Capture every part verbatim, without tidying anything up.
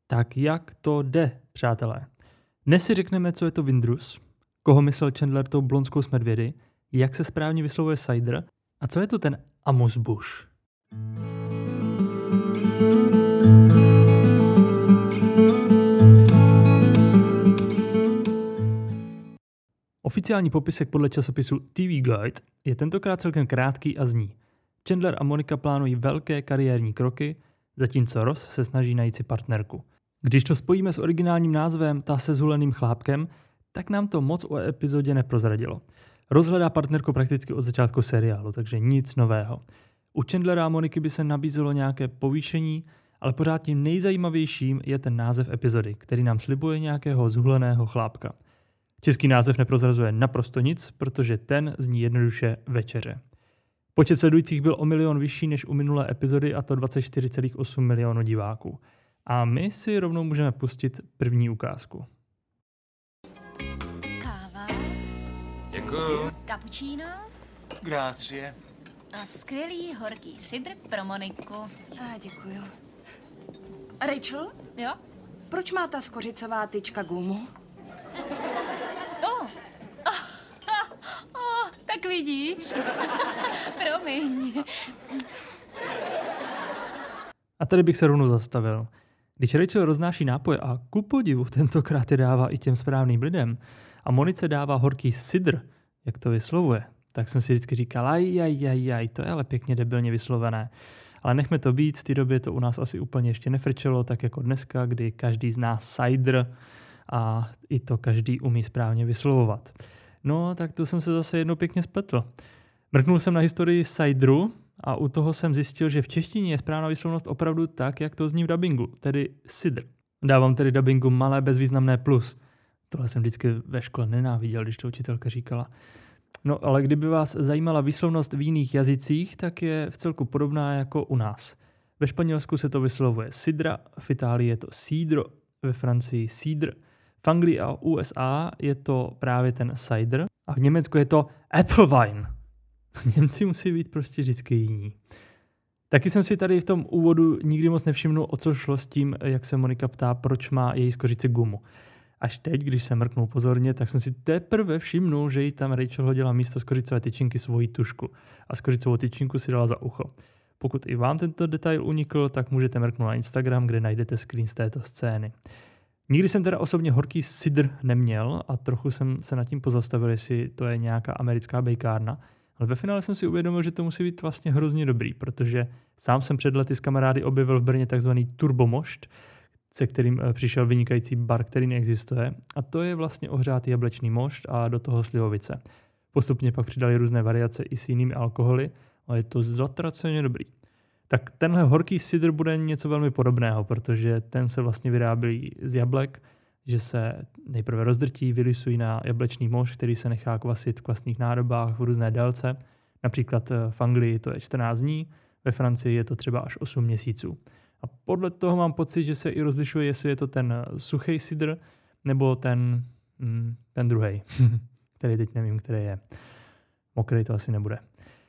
Tak jak to jde, přátelé? Dnes si řekneme, co je to Windrus, koho myslel Chandler tou blonskou z Medvědy, jak se správně vyslovuje cider a co je to ten amuse-bouche. Oficiální popisek podle časopisu T V Guide je tentokrát celkem krátký a zní: Chandler a Monica plánují velké kariérní kroky, zatímco Ross se snaží najít si partnerku. Když to spojíme s originálním názvem Ta se zhuleným chlápkem, tak nám to moc o epizodě neprozradilo. Ross hledá partnerku prakticky od začátku seriálu, takže nic nového. U Chandlera a Moniky by se nabízelo nějaké povýšení, ale pořád tím nejzajímavějším je ten název epizody, který nám slibuje nějakého zhuleného chlápka. Český název neprozrazuje naprosto nic, protože ten zní jednoduše Večeře. Počet sledujících byl o milion vyšší než u minulé epizody, a to dvacet čtyři celá osm milionů diváků. A my si rovnou můžeme pustit první ukázku. Káva, Děkuju. cappuccino Grácie. a skvělý horký sidr pro Moniku. A děkuju. Rachel, Jo? proč má ta skořicová tyčka gumu? Oh. Oh, oh, oh, tak vidíš. Promiň. A tady bych se rovnou zastavil. Když Rachel roznáší nápoje a ku podivu tentokrát je dává i těm správným lidem a Monice dává horký sidr, jak to vyslovuje, tak jsem si vždycky říkal, aj, aj, aj, aj, to je ale pěkně debilně vyslovené. Ale nechme to být, v té době to u nás asi úplně ještě nefrčelo, tak jako dneska, kdy každý zná cider a i to každý umí správně vyslovovat. No, tak to jsem se zase jednou pěkně spletl. Mrknul jsem na historii cideru a u toho jsem zjistil, že v češtině je správná výslovnost opravdu tak, jak to zní v dabingu, tedy sidr. Dávám tedy dabingu malé bezvýznamné plus. Tohle jsem vždycky ve škole nenáviděl, když to učitelka říkala. No, ale kdyby vás zajímala výslovnost v jiných jazycích, tak je v celku podobná jako u nás. Ve Španělsku se to vyslovuje sidra, v Itálii je to sidro, ve Francii sidr, v Anglii a U S A je to právě ten cider a v Německu je to Apfelwein. Němci musí být prostě vždycky jiní. Taky jsem si tady v tom úvodu nikdy moc nevšimnul, o co šlo s tím, jak se Monika ptá, proč má její skořice gumu. Až teď, když jsem mrknul pozorně, tak jsem si teprve všimnul, že jí tam Rachel hodila místo skořicové tyčinky svoji tušku a skořicovou tyčinku si dala za ucho. Pokud i vám tento detail unikl, tak můžete mrknout na Instagram, kde najdete screen z této scény. Nikdy jsem teda osobně horký sidr neměl a trochu jsem se nad tím pozastavil, jestli to je nějaká americká bejkárna, ale ve finále jsem si uvědomil, že to musí být vlastně hrozně dobrý, protože sám jsem před lety s kamarády objevil v Brně takzvaný turbomošt, se kterým přišel vynikající bar, který neexistuje, a to je vlastně ohřátý jablečný mošt a do toho slivovice. Postupně pak přidali různé variace i s jinými alkoholy, ale je to zatraceně dobrý. Tak tenhle horký sidr bude něco velmi podobného, protože ten se vlastně vyrábí z jablek, že se nejprve rozdrtí, vylisují na jablečný mošt, který se nechá kvasit v kvasných nádobách v různé délce. Například v Anglii to je čtrnáct dní, ve Francii je to třeba až osm měsíců. A podle toho mám pocit, že se i rozlišuje, jestli je to ten suchý sidr, nebo ten, ten druhej, který teď nevím, který je. Mokrý to asi nebude.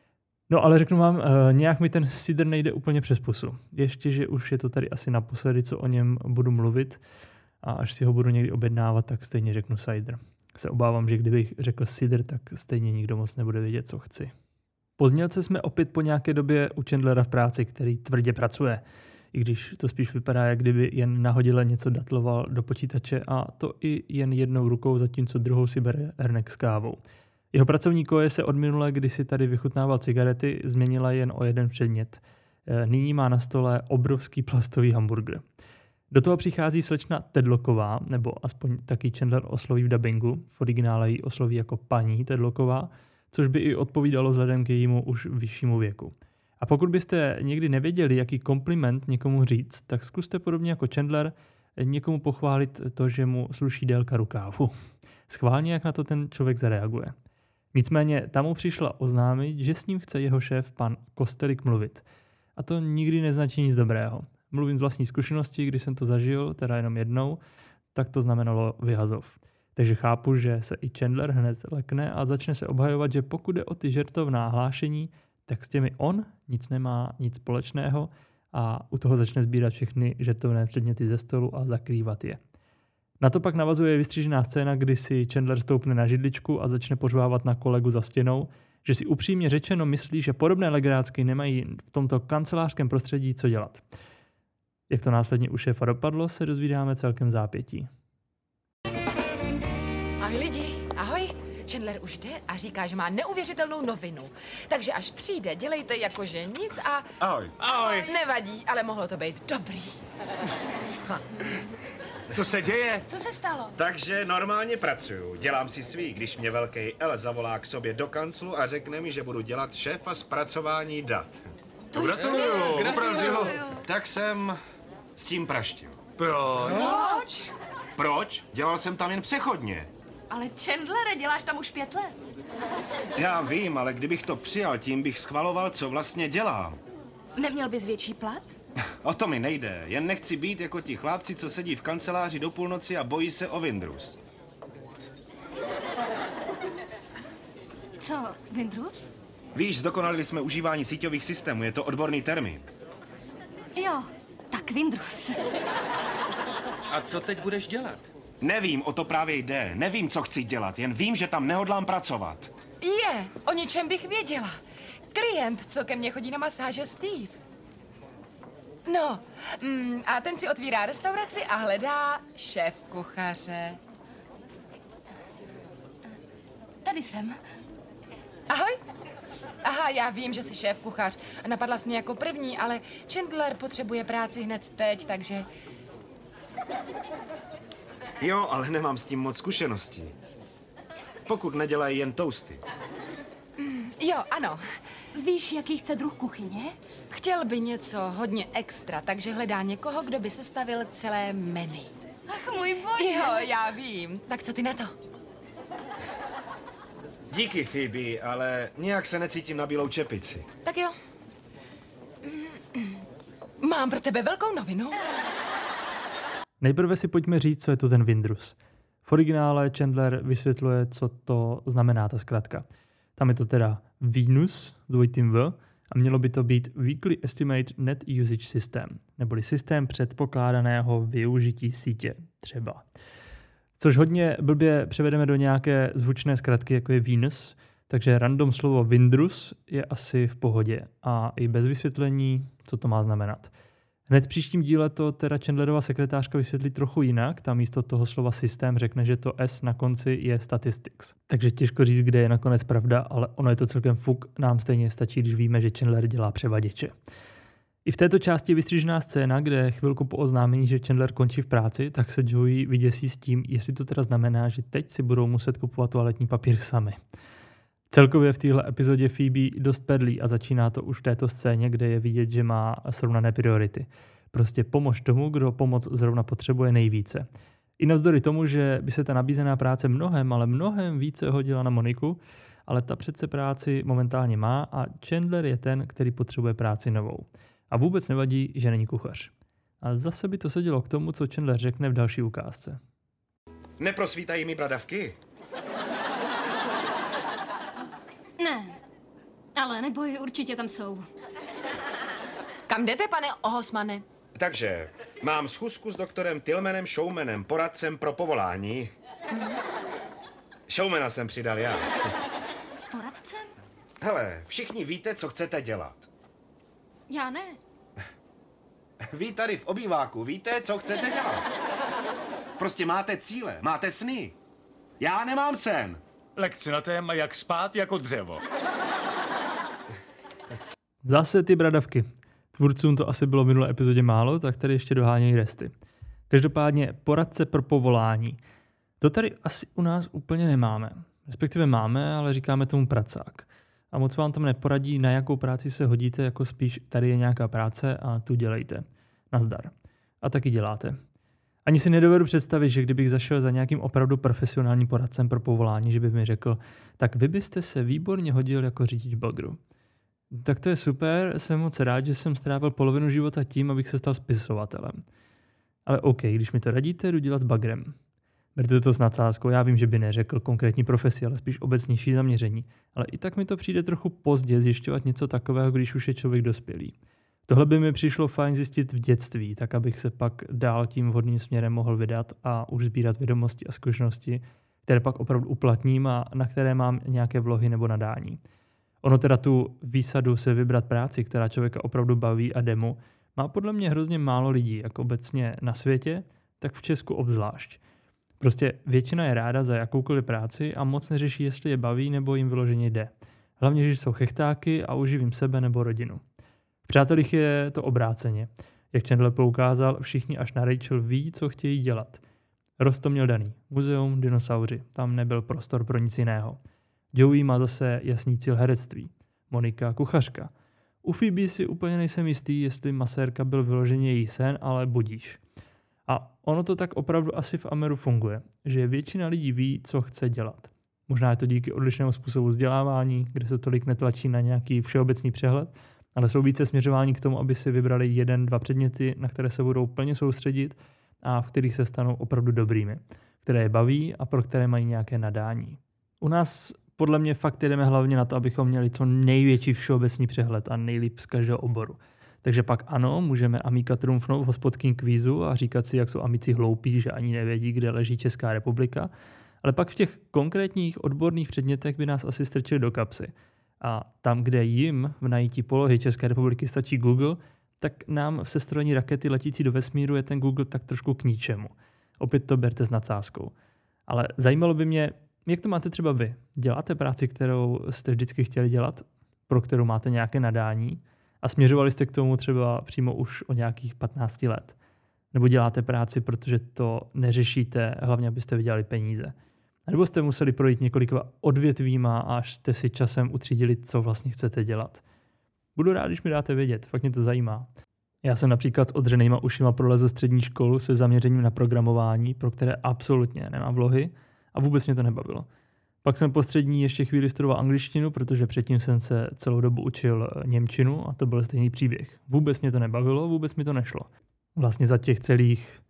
No ale řeknu vám, nějak mi ten sidr nejde úplně přes pusu. Ještě, že už je to tady asi naposledy, co o něm budu mluvit, a až si ho budu někdy objednávat, tak stejně řeknu cider. Se obávám, že kdybych řekl sidr, tak stejně nikdo moc nebude vědět, co chci. Po znělce jsme opět po nějaké době u Chandlera v práci, který tvrdě pracuje. I když to spíš vypadá, jak kdyby jen nahodile něco datloval do počítače, a to i jen jednou rukou, zatímco druhou si bere hrnek s kávou. Jeho pracovní koje se od minule, kdy si tady vychutnával cigarety, změnila jen o jeden předmět. Nyní má na stole obrovský plastový hamburger. Do toho přichází slečna Tedlocková, nebo aspoň taky Chandler osloví v dabingu, v originále ji osloví jako paní Tedlocková, což by i odpovídalo vzhledem k jejímu už vyššímu věku. A pokud byste někdy nevěděli, jaký kompliment někomu říct, tak zkuste podobně jako Chandler někomu pochválit to, že mu sluší délka rukávu. Schválně, jak na to ten člověk zareaguje. Nicméně tam mu přišla oznámit, že s ním chce jeho šéf pan Kostelik mluvit. A to nikdy neznačí nic dobrého. Mluvím z vlastní zkušenosti, když jsem to zažil, teda jenom jednou, tak to znamenalo vyhazov. Takže chápu, že se i Chandler hned lekne a začne se obhajovat, že pokud jde o ty žertovná hlášení, tak s těmi on nic nemá nic společného a u toho začne sbírat všechny žertovné předměty ze stolu a zakrývat je. Na to pak navazuje vystřížená scéna, kdy si Chandler stoupne na židličku a začne pořvávat na kolegu za stěnou, že si upřímně řečeno myslí, že podobné legrácky nemají v tomto kancelářském prostředí co dělat. Jak to následně u šéfa dopadlo, se dozvídáme celkem v zápětí. Ahoj lidi, ahoj. Chandler už jde a říká, že má neuvěřitelnou novinu. Takže až přijde, dělejte jako že nic a... Ahoj. Ahoj. Nevadí, ale mohlo to být dobrý. Co se děje? Co se stalo? Takže normálně pracuju, dělám si svý, když mě velký L zavolá k sobě do kanclu a řekne mi, že budu dělat šéfa zpracování dat. To Gratuluju, opravdu. Tak jsem s tím praštil. Proč? Proč? Proč? Dělal jsem tam jen přechodně. Ale Chandlere, děláš tam už pět let. Já vím, ale kdybych to přijal, tím bych schvaloval, co vlastně dělám. Neměl bys větší plat? O to mi nejde, jen nechci být jako ti chlápci, co sedí v kanceláři do půlnoci a bojí se o Windrus. Co, Windrus? Víš, zdokonalili jsme užívání síťových systémů, je to odborný termín. Jo, tak Windrus. A co teď budeš dělat? Nevím, o to právě jde, nevím, co chci dělat, jen vím, že tam nehodlám pracovat. Je, o ničem bych věděla. Klient, co ke mně chodí na masáže, Steve. No, mm, a ten si otvírá restauraci a hledá šéf kuchaře. Tady jsem. Ahoj. Aha, já vím, že jsi šéf kuchař a napadla jsi mě jako první, ale Chandler potřebuje práci hned teď, takže... Jo, ale nemám s tím moc zkušeností. Pokud nedělají jen toasty. Mm, jo, ano. Víš, jaký chce druh kuchyně? Chtěl by něco hodně extra, takže hledá někoho, kdo by sestavil celé menu. Ach, můj bože. Jo, já vím. Tak co ty na to? Díky, Phoebe, ale nějak se necítím na bílou čepici. Tak jo. Mám pro tebe velkou novinu. Nejprve si pojďme říct, co je to ten Windrus. V originále Chandler vysvětluje, co to znamená ta zkratka. Tam je to teda Venus, dvojitým V, a mělo by to být Weekly Estimate Net Usage System, neboli systém předpokládaného využití sítě třeba. Což hodně blbě převedeme do nějaké zvučné zkratky, jako je Venus, takže random slovo Windrus je asi v pohodě a i bez vysvětlení, co to má znamenat. Hned v příštím díle to teda Chandlerova sekretářka vysvětlí trochu jinak, tam místo toho slova systém řekne, že to S na konci je statistics. Takže těžko říct, kde je nakonec pravda, ale ono je to celkem fuk, nám stejně stačí, když víme, že Chandler dělá převaděče. I v této části je vystřížená scéna, kde chvilku po oznámení, že Chandler končí v práci, tak se Joey vyděsí s tím, jestli to teda znamená, že teď si budou muset kupovat toaletní papír sami. Celkově v téhle epizodě Phoebe dost pedlí a začíná to už v této scéně, kde je vidět, že má srovnané priority. Prostě pomož tomu, kdo pomoc zrovna potřebuje nejvíce. I navzdory tomu, že by se ta nabízená práce mnohem, ale mnohem více hodila na Moniku, ale ta přece práci momentálně má a Chandler je ten, který potřebuje práci novou. A vůbec nevadí, že není kuchař. A zase by to sedělo k tomu, co Chandler řekne v další ukázce. Neprosvítají mi bradavky? Ne, ale neboj, určitě tam jsou. Kam jdete, pane Ohosmane? Takže mám schůzku s doktorem Tillmanem Showmanem, poradcem pro povolání. Showmana jsem přidal já. S poradcem? Hele, všichni víte, co chcete dělat. Já ne. Vy tady v obýváku víte, co chcete dělat. Prostě máte cíle, máte sny. Já nemám sen. Lekce na téma, jak spát jako dřevo. Zase ty bradavky. Tvůrcům to asi bylo v minulé epizodě málo, tak tady ještě dohánějí resty. Každopádně poradce pro povolání. To tady asi u nás úplně nemáme. Respektive máme, ale říkáme tomu pracák. A moc vám tam neporadí, na jakou práci se hodíte, jako spíš tady je nějaká práce a tu dělejte. Nazdar. A taky děláte. Ani si nedovedu představit, že kdybych zašel za nějakým opravdu profesionálním poradcem pro povolání, že by mi řekl, tak vy byste se výborně hodil jako řidič bagru. Tak to je super, jsem moc rád, že jsem strávil polovinu života tím, abych se stal spisovatelem. Ale OK, když mi to radíte, jdu dělat s bagrem. Berte to s nadsázkou, já vím, že by neřekl konkrétní profesi, ale spíš obecnější zaměření. Ale i tak mi to přijde trochu pozdě zjišťovat něco takového, když už je člověk dospělý. Tohle by mi přišlo fajn zjistit v dětství, tak abych se pak dál tím vhodným směrem mohl vydat a už sbírat vědomosti a zkušenosti, které pak opravdu uplatním a na které mám nějaké vlohy nebo nadání. Ono teda tu výsadu se vybrat práci, která člověka opravdu baví a demo, má podle mě hrozně málo lidí, jak obecně na světě, tak v Česku obzvlášť. Prostě většina je ráda za jakoukoliv práci a moc neřeší, jestli je baví nebo jim vyloženě jde. Hlavně, že jsou chechtáky a uživím sebe nebo rodinu. V Přátelích je to obráceně. Jak Chandler poukázal, všichni až na Rachel ví, co chtějí dělat. Ross to měl daný. Muzeum, dinosauři. Tam nebyl prostor pro nic jiného. Joey má zase jasný cíl herectví. Monika kuchařka. U Phoebe si úplně nejsem jistý, jestli masérka byl vyloženě její sen, ale budíš. A ono to tak opravdu asi v Ameru funguje, že většina lidí ví, co chce dělat. Možná je to díky odlišnému způsobu vzdělávání, kde se tolik netlačí na nějaký všeobecný přehled, ale jsou více směřováni k tomu, aby si vybrali jeden, dva předměty, na které se budou plně soustředit a v kterých se stanou opravdu dobrými, které je baví a pro které mají nějaké nadání. U nás podle mě fakt jdeme hlavně na to, abychom měli co největší všeobecný přehled a nejlíp z každého oboru. Takže pak ano, můžeme amíka trumfnout v hospodském kvízu a říkat si, jak jsou amici hloupí, že ani nevědí, kde leží Česká republika, ale pak v těch konkrétních odborných předmětech by nás asi strčili do kapsy. A tam, kde jim v najítí polohy České republiky stačí Google, tak nám v sestrojení rakety letící do vesmíru je ten Google tak trošku k ničemu. Opět to berte s nadsázkou. Ale zajímalo by mě, jak to máte třeba vy? Děláte práci, kterou jste vždycky chtěli dělat, pro kterou máte nějaké nadání a směřovali jste k tomu třeba přímo už o nějakých patnáct let? Nebo děláte práci, protože to neřešíte, hlavně abyste vydělali peníze? A nebo jste museli projít několika odvětvíma, až jste si časem utřídili, co vlastně chcete dělat? Budu rád, když mi dáte vědět, fakt mě to zajímá. Já jsem například s odřenýma ušima prolezl střední školu se zaměřením na programování, pro které absolutně nemám vlohy a vůbec mě to nebavilo. Pak jsem po střední ještě chvíli studoval angličtinu, protože předtím jsem se celou dobu učil němčinu a to byl stejný příběh. Vůbec mě to nebavilo, vůbec mi to nešlo. Vlastně za těch celých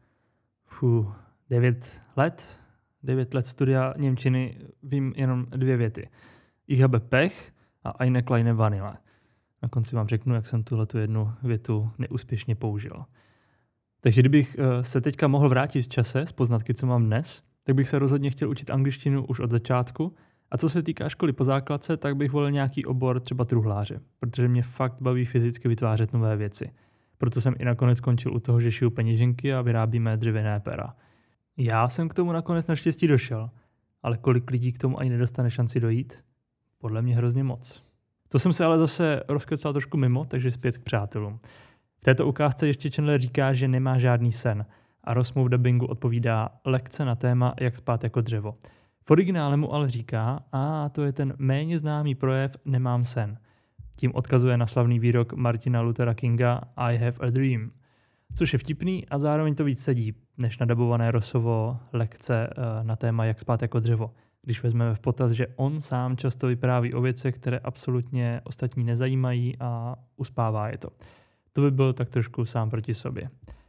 fů, devět let, devět let studia němčiny vím jenom dvě věty. Ich habe Pech a eine kleine Vanille. Na konci vám řeknu, jak jsem tuhletu jednu větu neúspěšně použil. Takže kdybych se teďka mohl vrátit v čase z poznatky, co mám dnes, tak bych se rozhodně chtěl učit angličtinu už od začátku. A co se týká školy po základce, tak bych volil nějaký obor třeba truhláře, protože mě fakt baví fyzicky vytvářet nové věci. Proto jsem i nakonec skončil u toho, že šiju peněženky a vyrábíme dřevěné pera. Já jsem k tomu nakonec naštěstí došel, ale kolik lidí k tomu ani nedostane šanci dojít? Podle mě hrozně moc. To jsem se ale zase rozkecal trošku mimo, takže zpět k Přátelům. V této ukázce ještě Chandler říká, že nemá žádný sen a Ross mu v dabingu odpovídá lekce na téma, jak spát jako dřevo. V originále mu ale říká, a to je ten méně známý projev nemám sen. Tím odkazuje na slavný výrok Martina Luthera Kinga I have a dream, což je vtipný a zároveň to víc sedí, než nadabované Rossovo lekce na téma jak spát jako dřevo. Když vezmeme v potaz, že on sám často vypráví o věcech, které absolutně ostatní nezajímají a uspává je to. To by byl tak trošku sám proti sobě.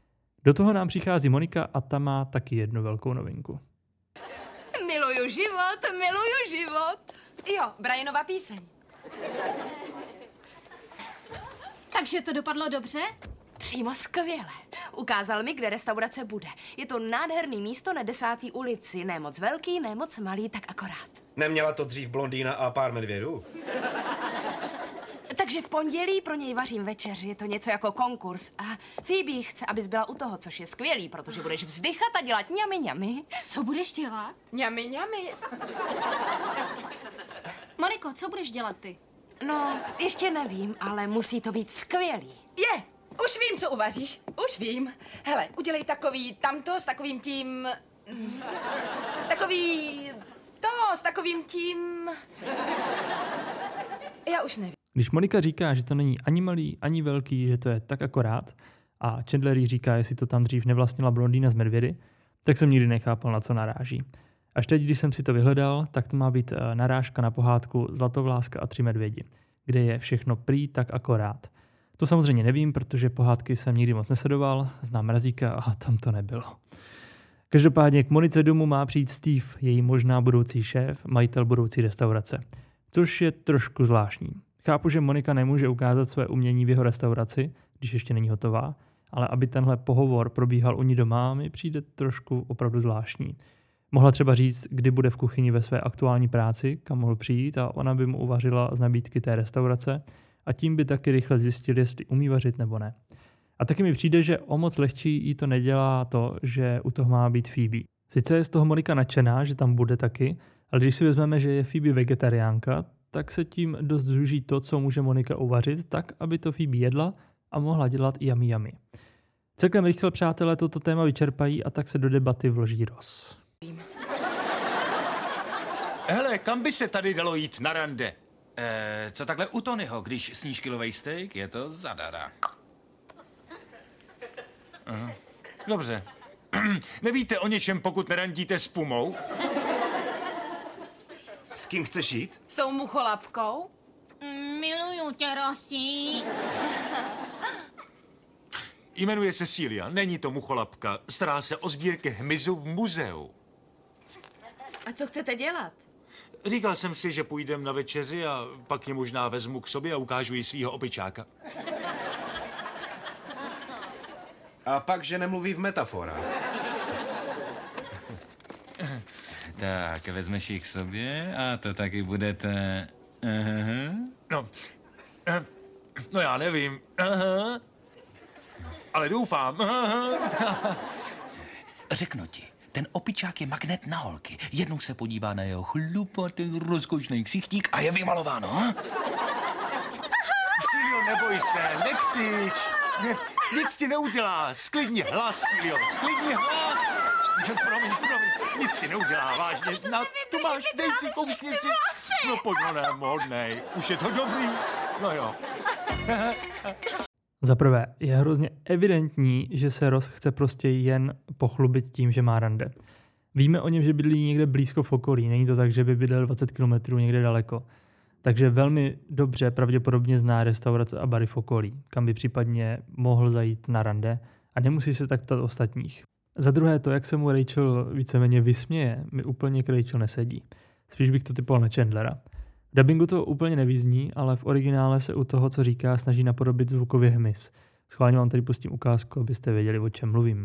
Do toho nám přichází Monika a ta má taky jednu velkou novinku. Miluju život, miluju život. Jo, Brianova píseň. Takže to dopadlo dobře? Přímo skvěle. Ukázal mi, kde restaurace bude. Je to nádherný místo na desáté ulici. Ne moc velký, ne moc malý, tak akorát. Neměla to dřív blondýna a pár medvědů? Takže v pondělí pro něj vařím večeři. Je to něco jako konkurs. A Phoebe chce, abys byla u toho, což je skvělý, protože budeš vzdychat a dělat ňami ňami. Co budeš dělat? Ňami, ňami. Moniko, co budeš dělat ty? No, ještě nevím, ale musí to být skvělý. Je, už vím, co uvaříš. Už vím. Hele, udělej takový tamto s takovým tím... Takový... To s takovým tím... Já už nevím. Když Monika říká, že to není ani malý, ani velký, že to je tak akorát, a Chandler jí říká, jestli to tam dřív nevlastnila blondýna z medvědy, tak jsem nikdy nechápal, na co naráží. Až teď, když jsem si to vyhledal, tak to má být narážka na pohádku Zlatovláska a tři medvědi, kde je všechno prý tak akorát. To samozřejmě nevím, protože pohádky jsem nikdy moc nesledoval, znám Mrazíka a tam to nebylo. Každopádně k Monice domů má přijít Steve, její možná budoucí šéf, majitel budoucí restaurace, což je trošku zvláštní. Chápu, že Monika nemůže ukázat své umění v jeho restauraci, když ještě není hotová, ale aby tenhle pohovor probíhal u ní doma, mi přijde trošku opravdu zvláštní. Mohla třeba říct, kdy bude v kuchyni ve své aktuální práci, kam mohl přijít a ona by mu uvařila z nabídky té restaurace a tím by taky rychle zjistil, jestli umí vařit nebo ne. A taky mi přijde, že o moc lehčí jí to nedělá to, že u toho má být Phoebe. Sice je z toho Monika nadšená, že tam bude taky, ale když si vezmeme, že je Phoebe vegetariánka, tak se tím dost zúží to, co může Monika uvařit, tak, aby to Phoebe jedla a mohla dělat i yummy yummy. Celkem rychle přátelé toto téma vyčerpají a tak se do debaty vloží Ross. Hele, kam by se tady dalo jít na rande? Eh, co takhle u Tonyho, když sníš kilovej steak, je to zadara. Aha. Dobře. Nevíte o něčem, pokud nerandíte s Pumou? S kým chceš jít? S tou mucholapkou? Miluju tě, Rossi. Jmenuje se Celia, není to mucholapka. Stará se o sbírky hmyzu v muzeu. A co chcete dělat? Říkal jsem si, že půjdem na večeři a pak je možná vezmu k sobě a ukážu jí svýho opičáka. A pak, že nemluví v metaforách. Tak, vezmeš ji k sobě a to taky budete... Aha. No, eh, no já nevím. Aha. Ale doufám. Aha. Řeknu ti, ten opičák je magnet na holky. Jednou se podívá na jeho chlupatý, rozkošný ksichtík a je vymalováno. Ha? Silio, neboj se, nekřič. Ne, nic ti neudělá. Sklidni hlas, Silio, sklidni hlas. Promiň, promiň, nic ti neudělá, vážně. Na, tu máš, dej si, kousni si. No pojď, no ne, modnej. Už je to dobrý. No jo. Za prvé, je hrozně evidentní, že se Ross chce prostě jen pochlubit tím, že má rande. Víme o něm, že bydlí někde blízko v okolí, není to tak, že by bydlel dvacet kilometrů někde daleko. Takže velmi dobře pravděpodobně zná restaurace a bary v okolí, kam by případně mohl zajít na rande a nemusí se tak ptat ostatních. Za druhé to, jak se mu Rachel víceméně vysměje, mi úplně k Rachel nesedí. Spíš bych to typoval na Chandlera. V dabingu to úplně nevyzní, ale v originále se u toho, co říká, snaží napodobit zvukově hmyz. Schválně vám tady pustím ukázku, abyste věděli, o čem mluvím.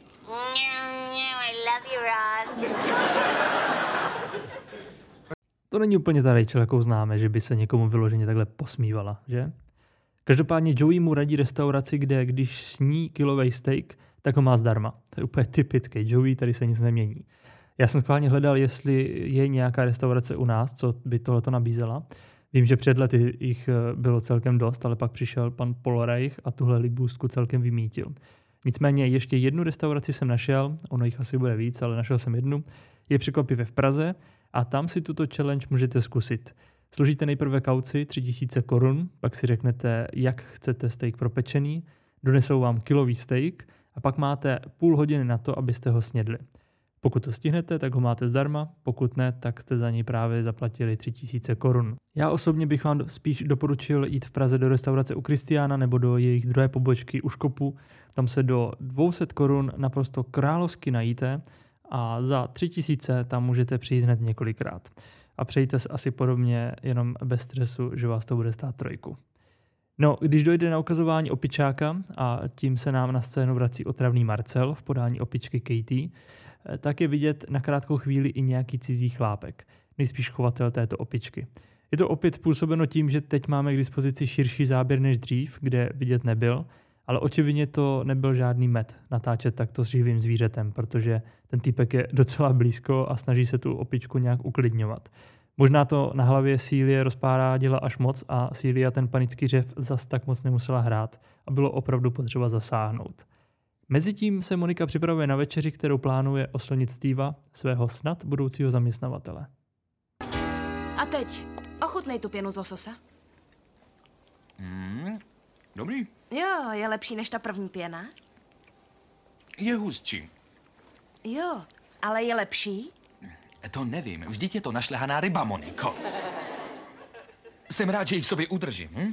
To není úplně ta Rachel, jakou známe, že by se někomu vyloženě takhle posmívala, že? Každopádně Joey mu radí restauraci, kde když sní kilovej steak, tak ho má zdarma. To je úplně typický. Joey, tady se nic nemění. Já jsem schválně hledal, jestli je nějaká restaurace u nás, co by tohleto nabízela. Vím, že před lety jich bylo celkem dost, ale pak přišel pan Polreich a tuhle libůstku celkem vymítil. Nicméně ještě jednu restauraci jsem našel, ono jich asi bude víc, ale našel jsem jednu. Je překvapivě v Praze a tam si tuto challenge můžete zkusit. Složíte nejprve kauci tři tisíce korun, pak si řeknete, jak chcete steak propečený, donesou vám kilový steak a pak máte půl hodiny na to, abyste ho snědli. Pokud to stihnete, tak ho máte zdarma, pokud ne, tak jste za něj právě zaplatili tři tisíce korun. Já osobně bych vám spíš doporučil jít v Praze do restaurace u Kristiána nebo do jejich druhé pobočky u Škopu. Tam se do dvě stě korun naprosto královsky najíte a za tři tisíce tam můžete přijít hned několikrát. A přejte se asi podobně, jenom bez stresu, že vás to bude stát trojku. No, když dojde na ukazování opičáka a tím se nám na scénu vrací otravný Marcel v podání opičky Katie, tak je vidět na krátkou chvíli i nějaký cizí chlápek, nejspíš chovatel této opičky. Je to opět způsobeno tím, že teď máme k dispozici širší záběr než dřív, kde vidět nebyl, ale očividně to nebyl žádný med natáčet takto s živým zvířetem, protože ten týpek je docela blízko a snaží se tu opičku nějak uklidňovat. Možná to na hlavě Celie rozpárádila až moc a Celia ten panický řev zas tak moc nemusela hrát a bylo opravdu potřeba zasáhnout. Mezitím se Monika připravuje na večeři, kterou plánuje oslnit Steva, svého snad budoucího zaměstnavatele. A teď, ochutnej tu pěnu z lososa. Hmm, dobrý. Jo, je lepší než ta první pěna. Je hustší. Jo, ale je lepší? To nevím, vždyť je to našlehaná ryba, Moniko. Jsem rád, že ji v sobě udržím, hm?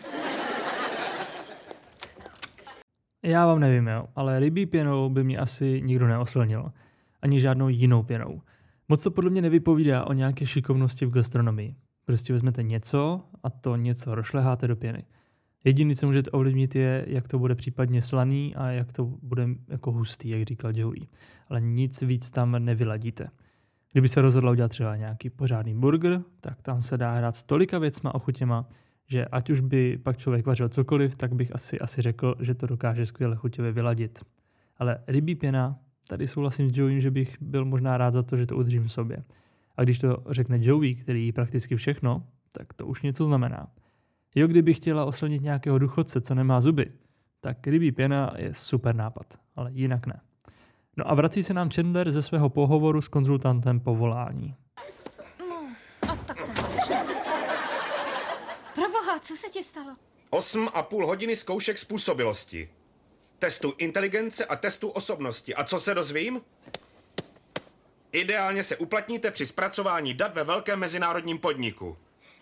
Já vám nevím, jo, ale rybí pěnou by mě asi nikdo neoslnil. Ani žádnou jinou pěnou. Moc to podle mě nevypovídá o nějaké šikovnosti v gastronomii. Prostě vezmete něco a to něco rošleháte do pěny. Jediné, co můžete ovlivnit, je, jak to bude případně slaný a jak to bude jako hustý, jak říkal Joey. Ale nic víc tam nevyladíte. Kdyby se rozhodla udělat třeba nějaký pořádný burger, tak tam se dá hrát s tolika věcma a chutěma, že ať už by pak člověk vařil cokoliv, tak bych asi, asi řekl, že to dokáže skvěle chuťově vyladit. Ale rybí pěna, tady souhlasím s Joeym, že bych byl možná rád za to, že to udržím v sobě. A když to řekne Joey, který jí prakticky všechno, tak to už něco znamená. Jo, kdyby chtěla oslnit nějakého důchodce, co nemá zuby, tak rybí pěna je super nápad, ale jinak ne. No a vrací se nám Chandler ze svého pohovoru s konzultantem povolání. No, a tak jsem to nešla. Proboha, co se ti stalo? Osm a půl hodiny zkoušek způsobilosti. Testu inteligence a testu osobnosti. A co se dozvím? Ideálně se uplatníte při zpracování dat ve velkém mezinárodním podniku.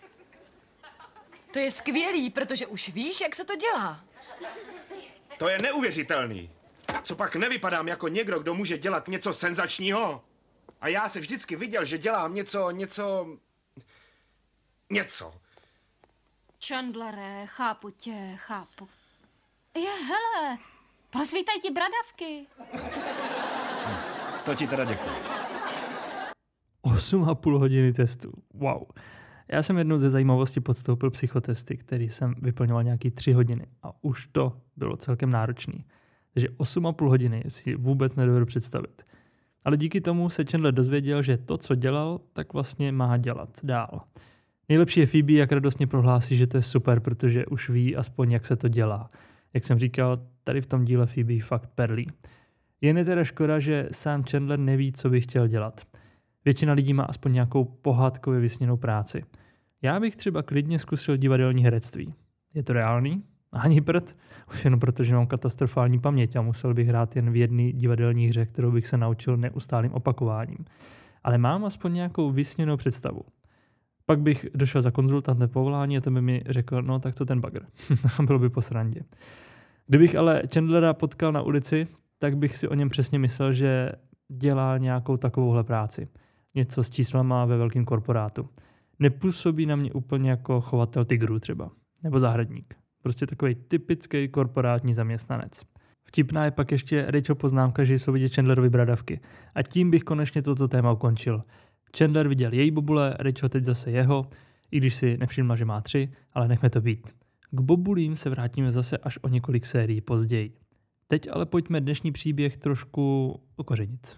To je skvělý, protože už víš, jak se to dělá. To je neuvěřitelný. Co pak nevypadám jako někdo, kdo může dělat něco senzačního? A já se vždycky viděl, že dělám něco, něco... Něco. Chandlere, chápu tě, chápu. Je, hele, prozvítaj ti bradavky. To ti teda děkuji. osm a půl hodiny testů. Wow. Já jsem jednou ze zajímavosti podstoupil psychotesty, který jsem vyplňoval nějaký tři hodiny a už to bylo celkem náročný. Takže osm a půl hodiny si vůbec nedovedu představit. Ale díky tomu se Chandler dozvěděl, že to, co dělal, tak vlastně má dělat dál. Nejlepší je Phoebe, jak radostně prohlásí, že to je super, protože už ví aspoň, jak se to dělá. Jak jsem říkal, tady v tom díle Phoebe fakt perlí. Jen je teda škoda, že sám Chandler neví, co by chtěl dělat. Většina lidí má aspoň nějakou pohádkově vysněnou práci. Já bych třeba klidně zkusil divadelní herectví. Je to reálný? Ani prd. Už jenom proto, že mám katastrofální paměť a musel bych hrát jen v jedné divadelní hře, kterou bych se naučil neustálým opakováním. Ale mám aspoň nějakou vysněnou představu. Pak bych došel za konzultantem povolání a ten by mi řekl, no tak to ten bagr. Bylo by po srandě. Kdybych ale Chandlera potkal na ulici, tak bych si o něm přesně myslel, že dělá nějakou takovouhle práci. Něco s číslama ve velkém korporátu. Nepůsobí na mě úplně jako chovatel tigrů třeba. Nebo zahradník. Prostě takový typický korporátní zaměstnanec. Vtipná je pak ještě Rachel poznámka, že jsou vidět Chandlerovi bradavky. A tím bych konečně toto téma ukončil. Chandler viděl její bobule, Rachel teď zase jeho, i když si nevšimla, že má tři, ale nechme to být. K bobulím se vrátíme zase až o několik sérií později. Teď ale pojďme dnešní příběh trošku okořenit.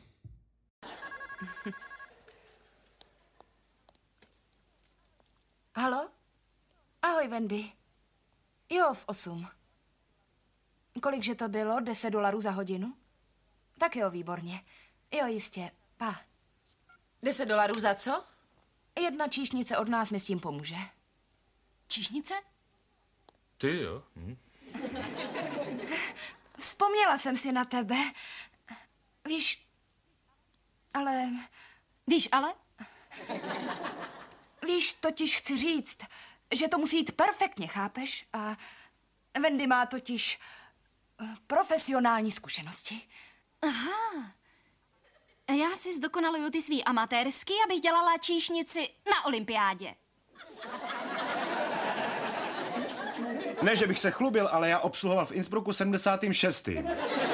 Halo? Ahoj, Wendy. Jo, v osm. Kolikže to bylo? Deset dolarů za hodinu? Tak jo, výborně. Jo, jistě. Pa. Deset dolarů za co? Jedna číšnice od nás mi s tím pomůže. Číšnice? Ty jo. Hm. Vzpomněla jsem si na tebe. Víš, ale... Víš ale? Víš, totiž chci říct, že to musí jít perfektně, chápeš? A Wendy má totiž profesionální zkušenosti. Aha. Já si zdokonaluju ty svý amatérský, abych dělala číšnici na olympiádě. Ne, že bych se chlubil, ale já obsluhoval v Innsbrucku sedmdesátým šestým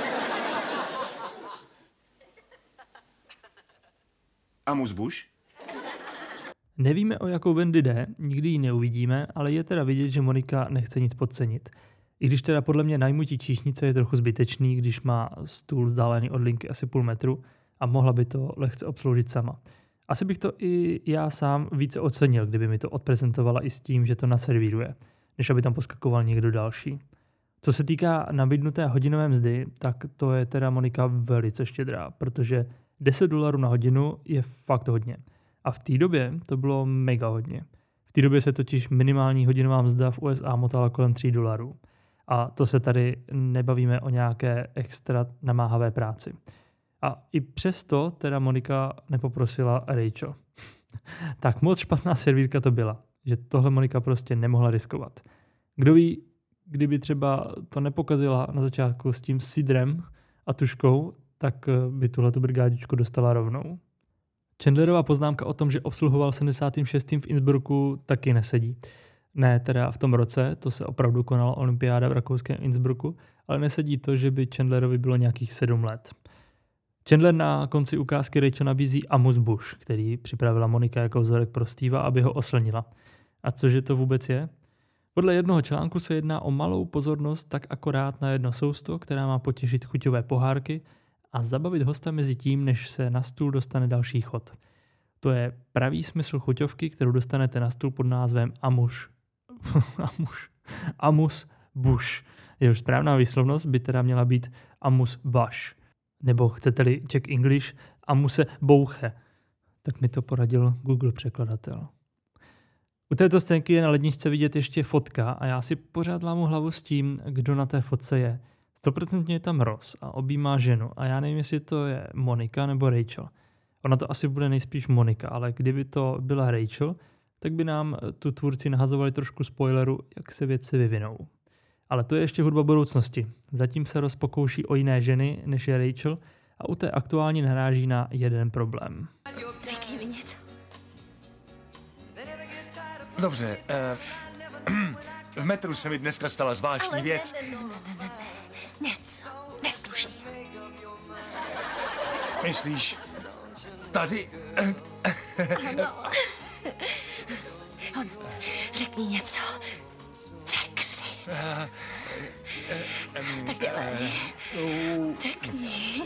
Amuse-bouche? Nevíme, o jakou Wendy jde, nikdy ji neuvidíme, ale je teda vidět, že Monika nechce nic podcenit. I když teda podle mě najmutí číšnice je trochu zbytečný, když má stůl vzdálený od linky asi půl metru a mohla by to lehce obsloužit sama. Asi bych to i já sám více ocenil, kdyby mi to odprezentovala i s tím, že to naservíruje, než aby tam poskakoval někdo další. Co se týká nabídnuté hodinové mzdy, tak to je teda Monika velice štědrá, protože deset dolarů na hodinu je fakt hodně. A v té době to bylo mega hodně. V té době se totiž minimální hodinová mzda v U S A motala kolem tři dolarů. A to se tady nebavíme o nějaké extra namáhavé práci. A i přesto teda Monika nepoprosila Rachel. Tak moc špatná servírka to byla, že tohle Monika prostě nemohla riskovat. Kdo ví, kdyby třeba to nepokazila na začátku s tím sidrem a tuškou, tak by tuhletu brigádičku dostala rovnou. Chandlerova poznámka o tom, že obsluhoval sedmdesátým šestým v Innsbrucku, taky nesedí. Ne teda v tom roce, to se opravdu konala olympiáda v rakouském Innsbrucku, ale nesedí to, že by Chandlerovi bylo nějakých sedm let. Chandler na konci ukázky Rachel nabízí Amus Bush, který připravila Monika jako vzorek pro Steva, aby ho oslnila. A cože to vůbec je? Podle jednoho článku se jedná o malou pozornost tak akorát na jedno sousto, která má potěšit chuťové pohárky a zabavit hosta mezi tím, než se na stůl dostane další chod. To je pravý smysl chuťovky, kterou dostanete na stůl pod názvem Amus. Amus. Amus Bush. Jehož správná výslovnost by teda měla být Amus Bush. Nebo chcete-li Czech English, Amuse Bouche. Tak mi to poradil Google překladatel. U této scénky je na ledničce vidět ještě fotka a já si pořád lámu hlavu s tím, kdo na té fotce je. Stoprocentně je tam Ross a objímá ženu a já nevím, jestli to je Monika nebo Rachel. Ona to asi bude nejspíš Monika, ale kdyby to byla Rachel, tak by nám tu tvůrci nahazovali trošku spoileru, jak se věci vyvinou. Ale to je ještě hudba budoucnosti. Zatím se Ross pokouší o jiné ženy, než je Rachel a u té aktuálně naráží na jeden problém. Řekni mi něco. Dobře, uh, v metru se mi dneska stala zvláštní Ale věc. Ne, ne, ne, ne, ne, ne. Něco neslušný. Myslíš, tady? Ano. On, řekni něco. Sexy. Tak dělej. Řekni.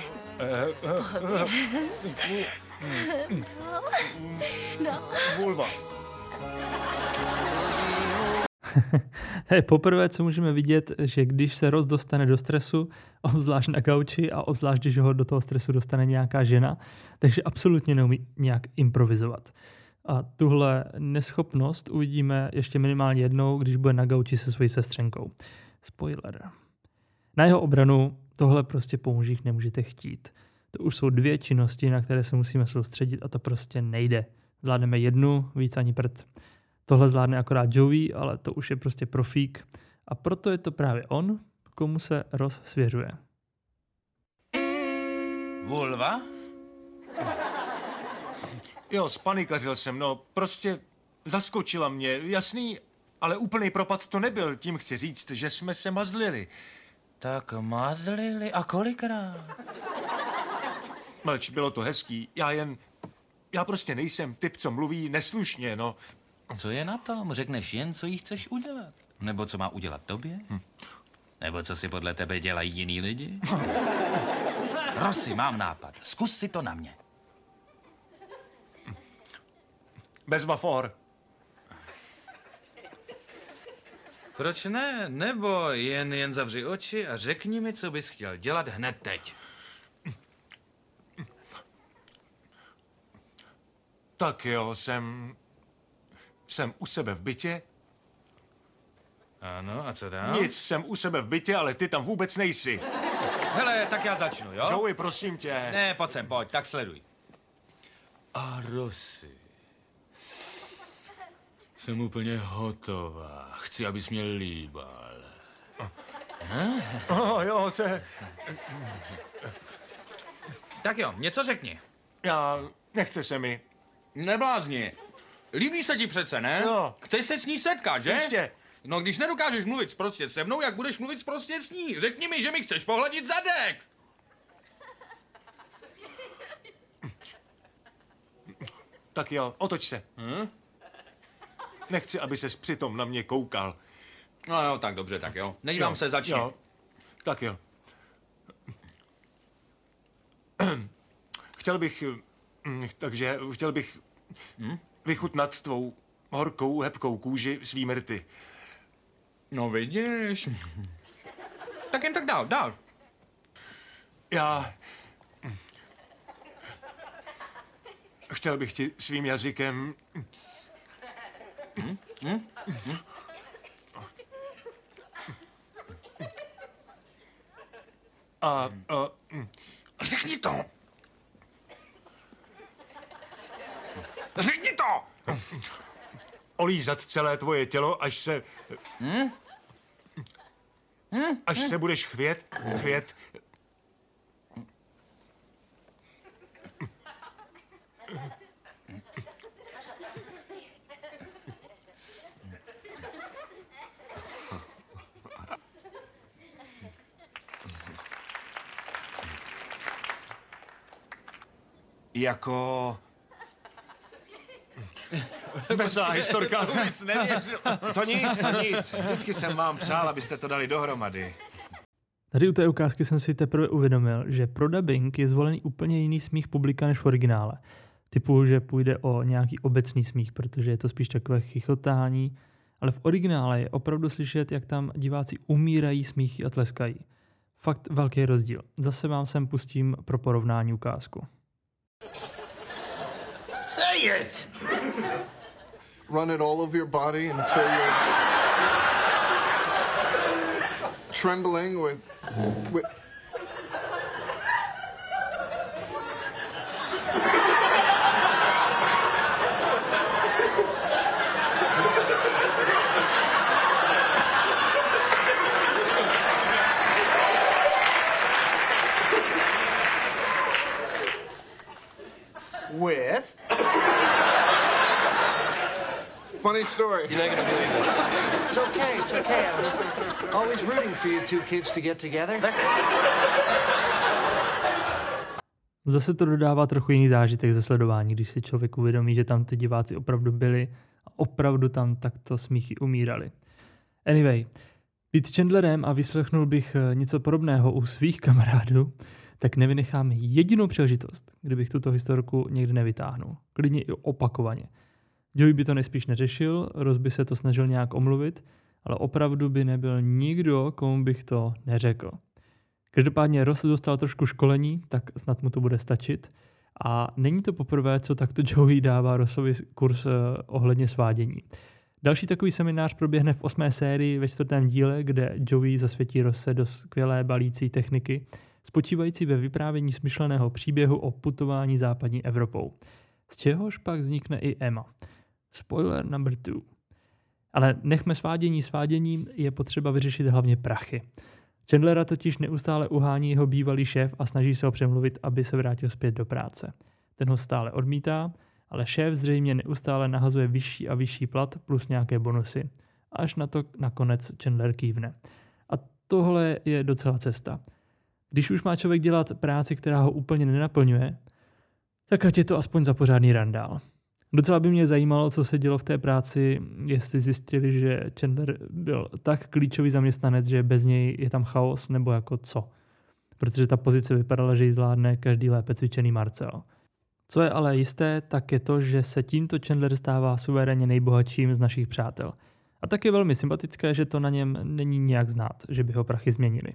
Pověz. No. Vulva. To je poprvé, co můžeme vidět, že když se Ross dostane do stresu, obzvlášť na gauči a obzvlášť, když ho do toho stresu dostane nějaká žena, takže absolutně neumí nějak improvizovat. A tuhle neschopnost uvidíme ještě minimálně jednou, když bude na gauči se svojí sestřenkou. Spoiler. Na jeho obranu tohle prostě po mužích nemůžete chtít. To už jsou dvě činnosti, na které se musíme soustředit a to prostě nejde. Zvládneme jednu, víc ani prd. Tohle zvládne akorát Joey, ale to už je prostě profík. A proto je to právě on, komu se Ross svěřuje. Vulva? Jo, spanikařil jsem, no, prostě zaskočila mě, jasný, ale úplný propad to nebyl, tím chci říct, že jsme se mazlili. Tak mazlili a kolikrát? Mlč, bylo to hezký, já jen, já prostě nejsem typ, co mluví neslušně, no. Co je na tom? Řekneš jen, co jí chceš udělat. Nebo co má udělat tobě? Hm. Nebo co si podle tebe dělají jiný lidi? Rossi, mám nápad. Zkus si to na mě. Bez vafor. Proč ne? Nebo jen, jen zavři oči a řekni mi, co bys chtěl dělat hned teď. Tak jo, jsem... Jsem u sebe v bytě. Ano, a co dál? Nic, jsem u sebe v bytě, ale ty tam vůbec nejsi. Hele, tak já začnu, jo? Joey, prosím tě. Ne, pojď sem, pojď, tak sleduj. A Rossi. Jsem úplně hotová. Chci, abys mě líbal. Oh, jo, to je... Tak jo, něco řekni. Já... Nechce se mi. Neblázni. Líbí se ti přece, ne? Jo. Chceš se s ní setkat, že? Ještě. No, když nedokážeš mluvit prostě se mnou, jak budeš mluvit prostě s ní? Řekni mi, že mi chceš pohladit zadek. Tak jo, otoč se. Hm? Nechci, aby ses přitom na mě koukal. No jo, tak dobře, tak jo. Nedívám Jo, se, začni. Jo. Tak jo. Chtěl bych... mm, Takže chtěl bych Hm? vychutnat tvou horkou, hebkou kůži svým rty. No vidíš. Tak jen tak dál, dál. Já... Chtěl bych ti svým jazykem... Hm? Hm? Hm? A... a Řekni to. Řekni to. olízat celé tvoje tělo, až se... Hm? Hm? Až se budeš chvět, chvět... jako... Veselá historka. To nic, to nic. Vždycky jsem vám přál, abyste to dali dohromady. Tady u té ukázky jsem si teprve uvědomil, že pro dubbing je zvolený úplně jiný smích publika než v originále. Typu, že půjde o nějaký obecný smích, protože je to spíš takové chichotání, ale v originále je opravdu slyšet, jak tam diváci umírají smíchy a tleskají. Fakt velký rozdíl. Zase vám sem pustím pro porovnání ukázku. Say it! Run it all over your body until you're trembling with, with... With? Funny story. You're not gonna believe it. It's okay, it's okay. I was always rooting for you two kids to get together. Zase to dodává trochu jiný zážitek ze sledování, když si člověk uvědomí, že tam ty diváci opravdu byli a opravdu tam takto smíchy umírali. Anyway, být Chandlerem a vyslechnul bych něco podobného u svých kamarádů, tak nevynechám jedinou příležitost, kdybych tuto historku někdy nevytáhnul. Klidně i opakovaně. Joey by to nejspíš neřešil, Ross by se to snažil nějak omluvit, ale opravdu by nebyl nikdo, komu bych to neřekl. Každopádně Ross dostal trošku školení, tak snad mu to bude stačit. A není to poprvé, co takto Joey dává Rossovi kurz eh, ohledně svádění. Další takový seminář proběhne v osmé sérii ve čtvrtém díle, kde Joey zasvětí Rosse do skvělé balící techniky, spočívající ve vyprávění smyšleného příběhu o putování západní Evropou. Z čehož pak vznikne i Emma. Spoiler number two. Ale nechme svádění sváděním, je potřeba vyřešit hlavně prachy. Chandlera totiž neustále uhání jeho bývalý šéf a snaží se ho přemluvit, aby se vrátil zpět do práce. Ten ho stále odmítá, ale šéf zřejmě neustále nahazuje vyšší a vyšší plat plus nějaké bonusy. Až na to nakonec Chandler kývne. A tohle je docela cesta. Když už má člověk dělat práci, která ho úplně nenaplňuje, tak ať je to aspoň za pořádný randál. Docela by mě zajímalo, co se dělo v té práci, jestli zjistili, že Chandler byl tak klíčový zaměstnanec, že bez něj je tam chaos, nebo jako co. Protože ta pozice vypadala, že ji zvládne každý lépe cvičený Marcel. Co je ale jisté, tak je to, že se tímto Chandler stává suverénně nejbohatším z našich přátel. A tak je velmi sympatické, že to na něm není nějak znát, že by ho prachy změnili.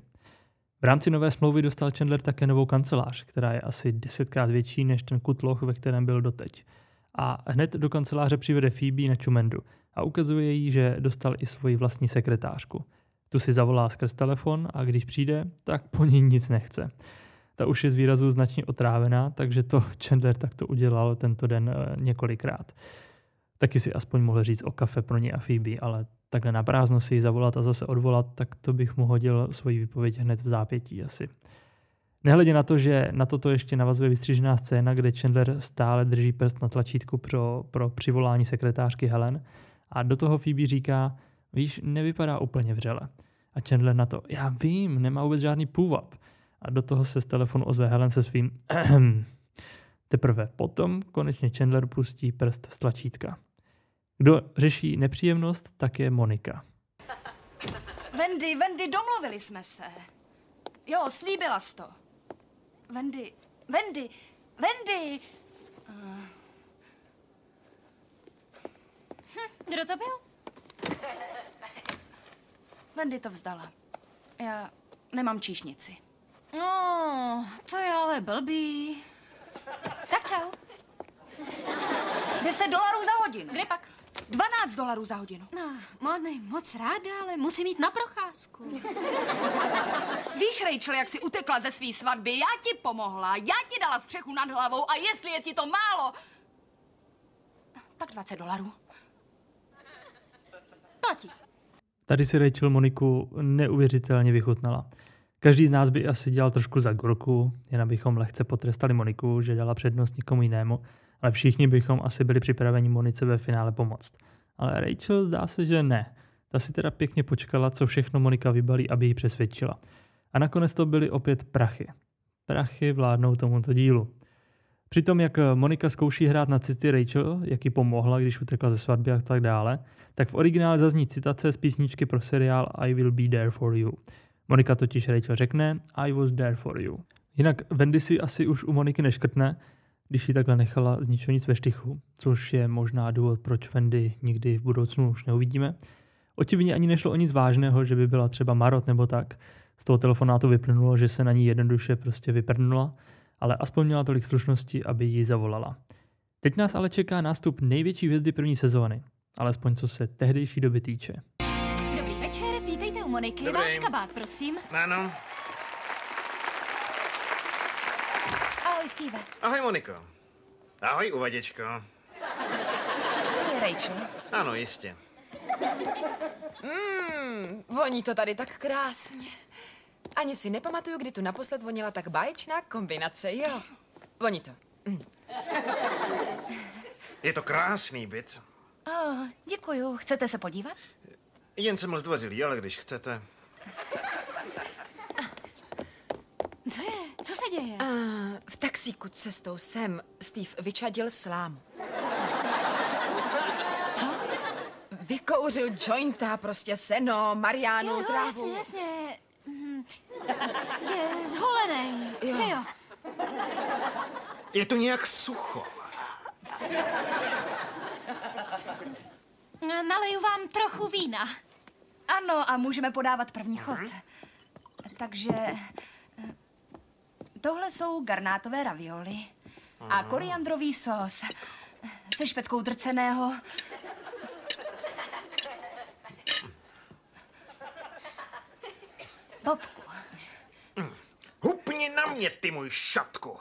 V rámci nové smlouvy dostal Chandler také novou kancelář, která je asi desetkrát větší než ten kutloch, ve kterém byl doteď. A hned do kanceláře přivede Phoebe na čumendu a ukazuje jí, že dostal i svoji vlastní sekretářku. Tu si zavolá skrz telefon a když přijde, tak po ní nic nechce. Ta už je z výrazu značně otrávená, takže to Chandler takto udělal tento den několikrát. Taky si aspoň mohl říct o kafe pro ně a Phoebe, ale takhle na prázdno si ji zavolat a zase odvolat, tak to bych mu hodil svoji výpověď hned v zápětí asi. Nehledě na to, že na toto ještě navazuje vystřížená scéna, kde Chandler stále drží prst na tlačítku pro, pro přivolání sekretářky Helen a do toho Phoebe říká, víš, nevypadá úplně vřele. A Chandler na to, já vím, nemá vůbec žádný půvab. A do toho se z telefonu ozve Helen se svým Teprve potom konečně Chandler pustí prst z tlačítka. Kdo řeší nepříjemnost, tak je Monika. Wendy, Wendy, domluvili jsme se. Jo, slíbila jsi to. Wendy, Wendy, Wendy! Uh... Hm, kdo to byl? Wendy to vzdala. Já nemám číšnici. No, to je ale blbý. Tak čau. Deset dolarů za hodinu. Kde pak? Dvanáct dolarů za hodinu. No, Mony, moc ráda, ale musím jít na procházku. Víš, Rachel, jak jsi utekla ze svý svatby? Já ti pomohla, já ti dala střechu nad hlavou a jestli je ti to málo, tak dvacet dolarů. Platí. Tady si Rachel Moniku neuvěřitelně vychutnala. Každý z nás by asi dělal trošku za gorku, jen abychom lehce potrestali Moniku, že dala přednost někomu jinému, ale všichni bychom asi byli připraveni Monice ve finále pomoct. Ale Rachel zdá se, že ne. Ta si teda pěkně počkala, co všechno Monika vybalí, aby ji přesvědčila. A nakonec to byly opět prachy. Prachy vládnou tomuto dílu. Přitom, jak Monika zkouší hrát na city Rachel, jak jí pomohla, když utekla ze svatby a tak dále, tak v originále zazní citace z písničky pro seriál I Will Be There For You. Monika totiž Rachel řekne I was there for you. Jinak Wendy si asi už u Moniky neškrtne, když ji takhle nechala z ničeho nic ve štychu, což je možná důvod, proč Wendy nikdy v budoucnu už neuvidíme. Očividně ani nešlo o nic vážného, že by byla třeba marot nebo tak. Z toho telefonátu vyplynulo, že se na ní jednoduše prostě vyprdnula, ale aspoň měla tolik slušnosti, aby ji zavolala. Teď nás ale čeká nástup největší hvězdy první sezóny, alespoň co se tehdejší doby týče. Dobrý večer, vítejte u Moniky. Dobrý. Váš kabát, prosím. Ano. Ahoj, Steve. Ahoj, Moniko. Ahoj, uvaděčko. To je Rachel. Ano, jistě. Mmm, voní to tady tak krásně. Ani si nepamatuju, kdy tu naposled vonila tak báječná kombinace, jo. Voní to. Mm. Je to krásný byt. Oh, děkuju. Chcete se podívat? Jen jsem zdvořilý, ale když chcete. Co je? Co se děje? A v taxíku cestou sem Steve vyčadil slámu. Co? Vykouřil jointa, prostě seno, mariánu, Jo, jo, trávu. jasně, jasně. Mhm. Je zholený, Jo. že jo? Je to nějak sucho. Naleju vám trochu vína. Ano, a můžeme podávat první chod. Takže eh, tohle jsou garnátové ravioli a koriandrový sos se špetkou drceného. Bobku. Hupni na mě, ty můj šatku.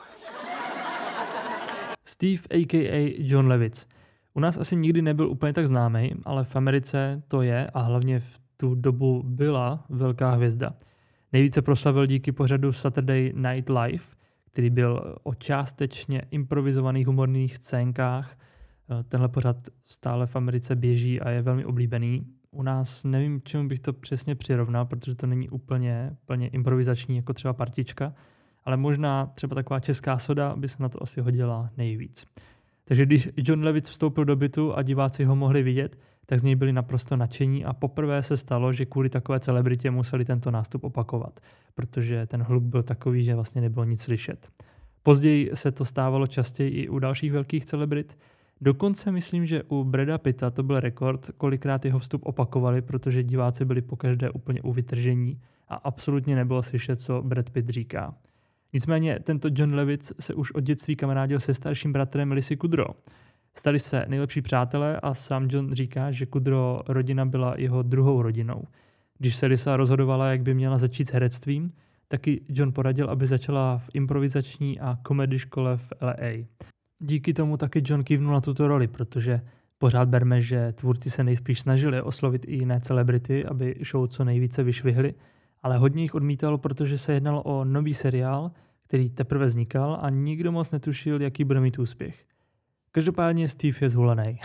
Steve a k a. John Levitz. U nás asi nikdy nebyl úplně tak známý, ale v Americe to je a hlavně v tu dobu byla velká hvězda. Nejvíce proslavil díky pořadu Saturday Night Live, který byl o částečně improvizovaných humorných scénkách. Tenhle pořad stále v Americe běží a je velmi oblíbený. U nás nevím, čemu bych to přesně přirovnal, protože to není úplně, úplně improvizační jako třeba Partička, ale možná třeba taková česká soda by se na to asi hodila nejvíc. Takže když John Levitz vstoupil do bytu a diváci ho mohli vidět, tak z něj byli naprosto nadšení a poprvé se stalo, že kvůli takové celebritě museli tento nástup opakovat, protože ten hluk byl takový, že vlastně nebylo nic slyšet. Později se to stávalo častěji i u dalších velkých celebrit. Dokonce myslím, že u Brada Pitta to byl rekord, kolikrát jeho vstup opakovali, protože diváci byli pokaždé úplně u vytržení a absolutně nebylo slyšet, co Brad Pitt říká. Nicméně tento John Levitz se už od dětství kamarádil se starším bratrem Lissy Kudrow. Stali se nejlepší přátelé a sám John říká, že Kudrow rodina byla jeho druhou rodinou. Když se Lisa rozhodovala, jak by měla začít s herectvím, taky John poradil, aby začala v improvizační a komedy škole v L A. Díky tomu taky John kývnul na tuto roli, protože pořád berme, že tvůrci se nejspíš snažili oslovit i jiné celebrity, aby show co nejvíce vyšvihli, ale hodně jich odmítalo, protože se jednalo o nový seriál, který teprve vznikal a nikdo moc netušil, jaký bude mít úspěch. Každopádně Steve je zhulený.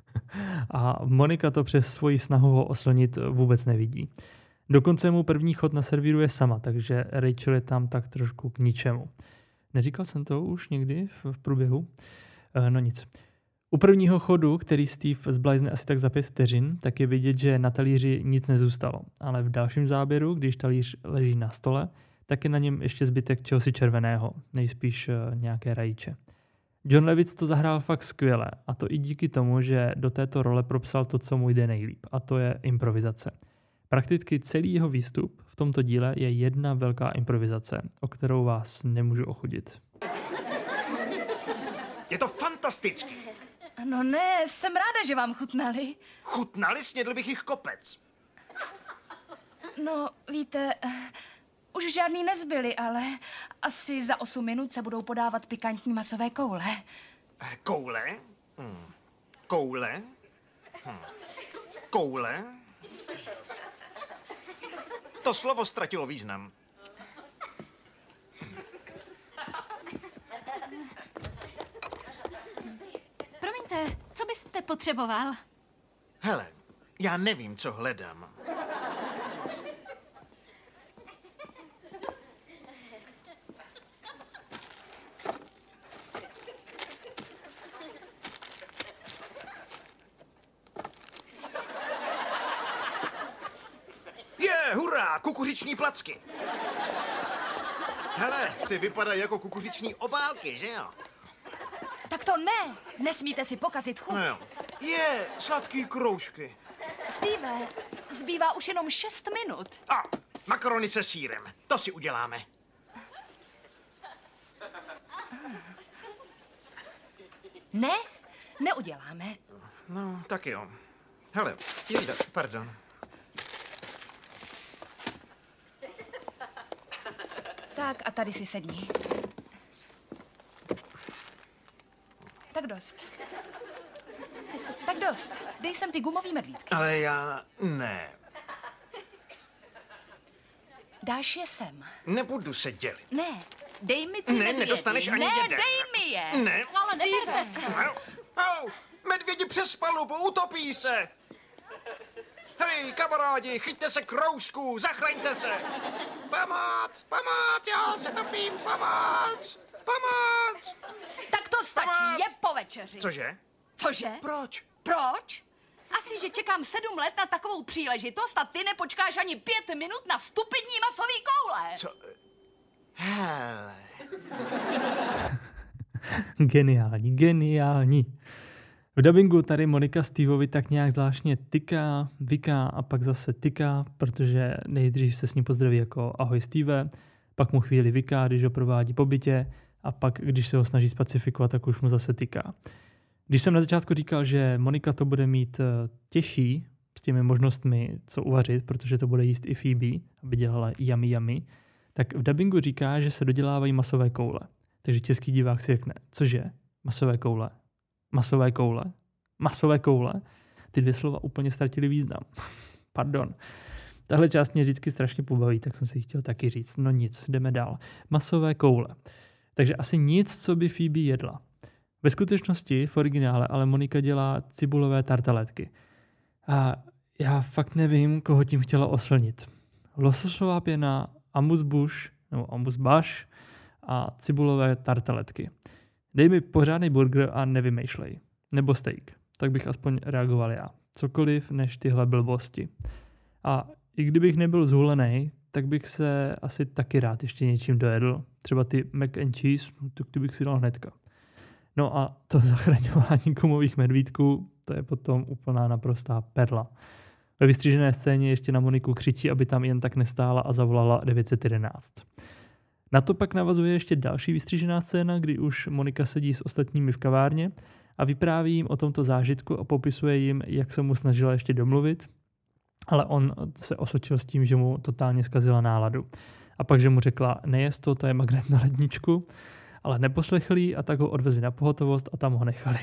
A Monika to přes svoji snahu ho oslnit vůbec nevidí. Dokonce mu první chod naservíruje sama, takže Rachel je tam tak trošku k ničemu. Neříkal jsem to už někdy v průběhu? No nic. U prvního chodu, který Steve zblajzne asi tak za pět vteřin, tak je vidět, že na talíři nic nezůstalo. Ale v dalším záběru, když talíř leží na stole, tak je na něm ještě zbytek čehosi červeného, nejspíš nějaké rajíče. John Levitz to zahrál fakt skvěle, a to i díky tomu, že do této role propsal to, co mu jde nejlíp, a to je improvizace. Prakticky celý jeho výstup v tomto díle je jedna velká improvizace, o kterou vás nemůžu ochudit. Je to fantastický. No ne, jsem ráda, že vám chutnali. Chutnali, snědl bych jich kopec. No, víte, už žádný nezbyli, ale asi za osm minut se budou podávat pikantní masové koule. Koule? Hmm. Koule? Hmm. Koule? To slovo ztratilo význam. Promiňte, co byste potřeboval? Hele, já nevím, co hledám. Hurá, kukuřiční placky. Hele, ty vypadají jako kukuřiční obálky, že jo? Tak to ne. Nesmíte si pokazit chuť. No jo. Je, sladký kroužky. Steve, zbývá už jenom šest minut. A, makarony se sýrem. To si uděláme. Ne, neuděláme. No, tak jo. Hele, jejda, pardon. Tak a tady si sedni. Tak dost. Tak dost. Dej sem ty gumový medvídky. Ale já ne. Dáš je sem. Nebudu se dělit. Ne, dej mi ty Ne, medvědy. nedostaneš ani ne, jeden. dej mi je. Ne. Ale neberte se. Au, medvědi přes palubu, utopí se. Hej, kamarádi, chyťte se kroužků, zachraňte se. Pomoc, pomoc, já se topím, pomoc, pomoc. Tak to stačí, Pomoc. je po večeři. Cože? Cože? Proč? Proč? Asi, že čekám sedm let na takovou příležitost a ty nepočkáš ani pět minut na stupidní masový koule. Co? Hele. Geniální, geniální. V dabingu tady Monika Steveovi tak nějak zvláštně tyká, vyká a pak zase tyká, protože nejdřív se s ním pozdraví jako ahoj Steve, pak mu chvíli vyká, když ho provádí po bytě a pak, když se ho snaží spacifikovat, tak už mu zase tyká. Když jsem na začátku říkal, že Monika to bude mít těžší s těmi možnostmi, co uvařit, protože to bude jíst i Phoebe, aby dělala yummy yummy, tak v dabingu říká, že se dodělávají masové koule. Takže český divák si řekne, cože? Masové koule? Masové koule? Masové koule? Ty dvě slova úplně ztratily význam. Pardon. Tahle část mě vždycky strašně pobaví, tak jsem si chtěl taky říct. No nic, jdeme dál. Masové koule. Takže asi nic, co by Phoebe jedla. Ve skutečnosti, v originále, ale Monika dělá cibulové tartaletky. A já fakt nevím, koho tím chtěla oslnit. Lososová pěna, amuse-bush, nebo amuse-bush a cibulové tartaletky. Dej mi pořádný burger a nevymýšlej. Nebo steak. Tak bych aspoň reagoval já. Cokoliv než tyhle blbosti. A i kdybych nebyl zhulený, tak bych se asi taky rád ještě něčím dojedl. Třeba ty mac and cheese, tak ty bych si dal hnedka. No a to zachraňování gumových medvídků, to je potom úplná naprostá perla. Ve vystřížené scéně ještě na Moniku křičí, aby tam jen tak nestála a zavolala devět set jedenáct. Na to pak navazuje ještě další vystřížená scéna, kdy už Monika sedí s ostatními v kavárně a vypráví jim o tomto zážitku a popisuje jim, jak se mu snažila ještě domluvit, ale on se osočil s tím, že mu totálně zkazila náladu. A pak, že mu řekla, nejest to, to je magnet na ledničku, ale neposlechli jí a tak ho odvezli na pohotovost a tam ho nechali.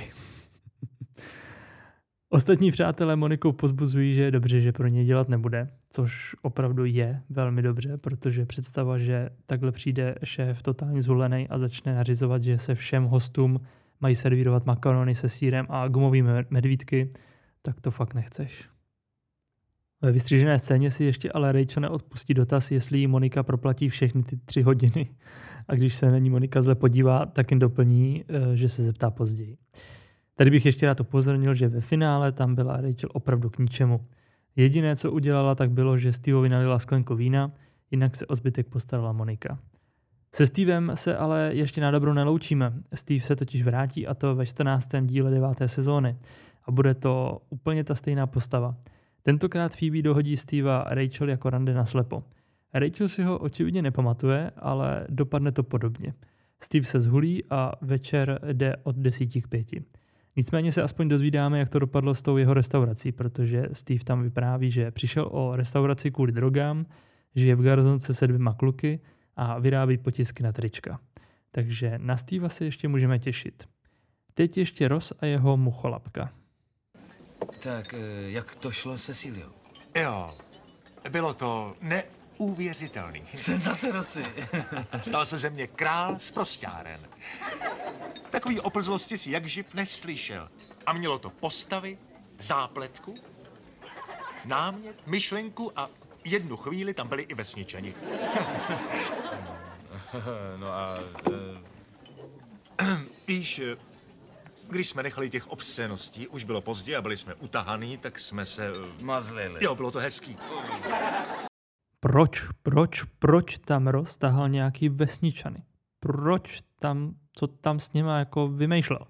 Ostatní přátelé Monikou pozbuzují, že je dobře, že pro ně dělat nebude, což opravdu je velmi dobře, protože představa, že takhle přijde šéf totálně zhulený a začne nařizovat, že se všem hostům mají servírovat makarony se sýrem a gumovými medvídky, tak to fakt nechceš. Ve vystřížené scéně si ještě ale Rachel neodpustí dotaz, jestli jí Monika proplatí všechny ty tři hodiny. A když se na ní Monika zle podívá, tak jen doplní, že se zeptá později. Tady bych ještě rád upozornil, že ve finále tam byla Rachel opravdu k ničemu. Jediné, co udělala, tak bylo, že Steveovi nalila sklenku vína, jinak se o zbytek postarala Monika. Se Stevem se ale ještě na dobro neloučíme. Steve se totiž vrátí a to ve čtrnáctém díle deváté sezóny. A bude to úplně ta stejná postava. Tentokrát Phoebe dohodí Steva a Rachel jako rande na slepo. Rachel si ho očividně nepamatuje, ale dopadne to podobně. Steve se zhulí a večer jde od desíti k pěti. Nicméně se aspoň dozvídáme, jak to dopadlo s tou jeho restaurací, protože Steve tam vypráví, že přišel o restauraci kvůli drogám, žije v garzonce se dvěma kluky a vyrábí potisky na trička. Takže na Steva se ještě můžeme těšit. Teď ještě Ross a jeho mucholapka. Tak, jak to šlo se Ceciliou? Jo, bylo to neuvěřitelný. Senzace, Rossi. Stal se ze mě král z prosťáren. Takový oplzlosti si jak živ neslyšel. A mělo to postavy, zápletku, námět, myšlenku a jednu chvíli tam byli i vesničani. No a... Víš, když jsme nechali těch obscéností, už bylo pozdě a byli jsme utahaný, tak jsme se... Mazlili. Jo, bylo to hezký. proč, proč, proč tam Ross tahal nějaký vesničany? Proč tam, co tam s něma jako vymýšlel?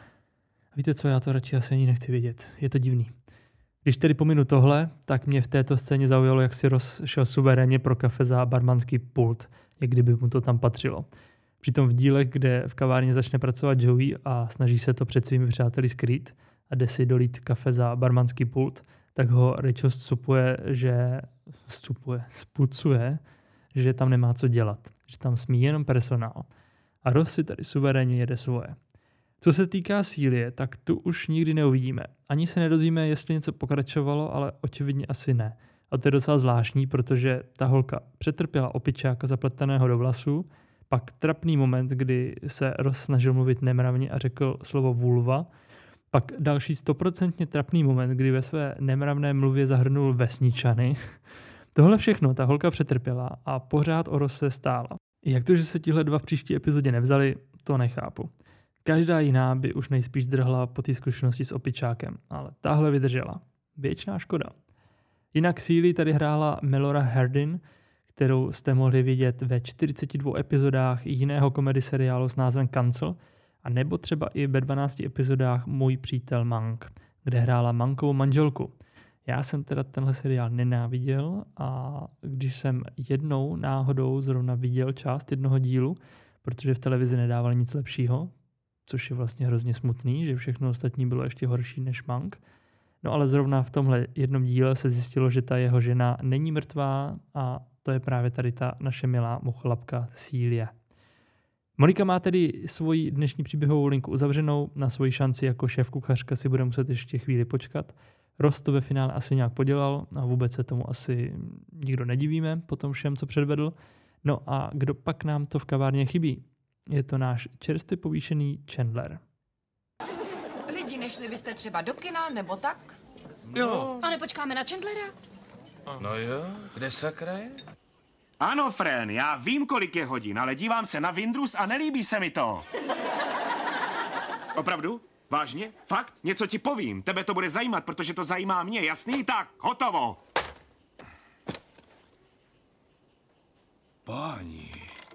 Víte co, já to radši asi ani nechci vědět. Je to divný. Když tedy pominu tohle, tak mě v této scéně zaujalo, jak si Ross šel suverénně pro kafe za barmanský pult, jak kdyby mu to tam patřilo. Přitom v dílech, kde v kavárně začne pracovat Joey a snaží se to před svými přáteli skrýt a jde si dolít kafe za barmanský pult, tak ho Rachel scupuje, že scupuje, spucuje, že tam nemá co dělat, že tam smí jenom personál. A Ross si tady suverénně jede svoje. Co se týká Celie, tak tu už nikdy neuvidíme. Ani se nedozvíme, jestli něco pokračovalo, ale očividně asi ne. A to je docela zvláštní, protože ta holka přetrpěla opičáka zapleteného do vlasů, pak trapný moment, kdy se Ross snažil mluvit nemravně a řekl slovo vulva, pak další stoprocentně trapný moment, kdy ve své nemravné mluvě zahrnul vesničany. Tohle všechno ta holka přetrpěla a pořád o Rosse stála. Jak to, že se tihle dva v příští epizodě nevzali, to nechápu. Každá jiná by už nejspíš zdrhla po té zkušenosti s opičákem, ale tahle vydržela. Věčná škoda. Jinak Celie tady hrála Melora Hardin, kterou jste mohli vidět ve čtyřiceti dvou epizodách jiného komedy seriálu s názvem Cancel, a nebo třeba i ve dvanácti epizodách Můj přítel Mank, kde hrála Mankovou manželku. Já jsem teda tenhle seriál nenáviděl a když jsem jednou náhodou zrovna viděl část jednoho dílu, protože v televizi nedávali nic lepšího, což je vlastně hrozně smutný, že všechno ostatní bylo ještě horší než Mank. No ale zrovna v tomhle jednom díle se zjistilo, že ta jeho žena není mrtvá a to je právě tady ta naše milá muchlapka Celia. Monika má tedy svoji dnešní příběhovou linku uzavřenou, na svoji šanci jako šéf kuchařka si bude muset ještě chvíli počkat. Ross to ve finále asi nějak podělal a vůbec se tomu asi nikdo nedivíme po tom všem, co předvedl. No a kdo pak nám to v kavárně chybí? Je to náš čerstvě povýšený Chandler. Lidi, nešli byste třeba do kina, nebo tak? Jo. A nepočkáme na Chandlera? No jo, kde sakra je? Ano, Fren, já vím, kolik je hodin, ale dívám se na Windrus a nelíbí se mi to. Opravdu? Vážně? Fakt? Něco ti povím. Tebe to bude zajímat, protože to zajímá mě, jasný? Tak, hotovo. Páni.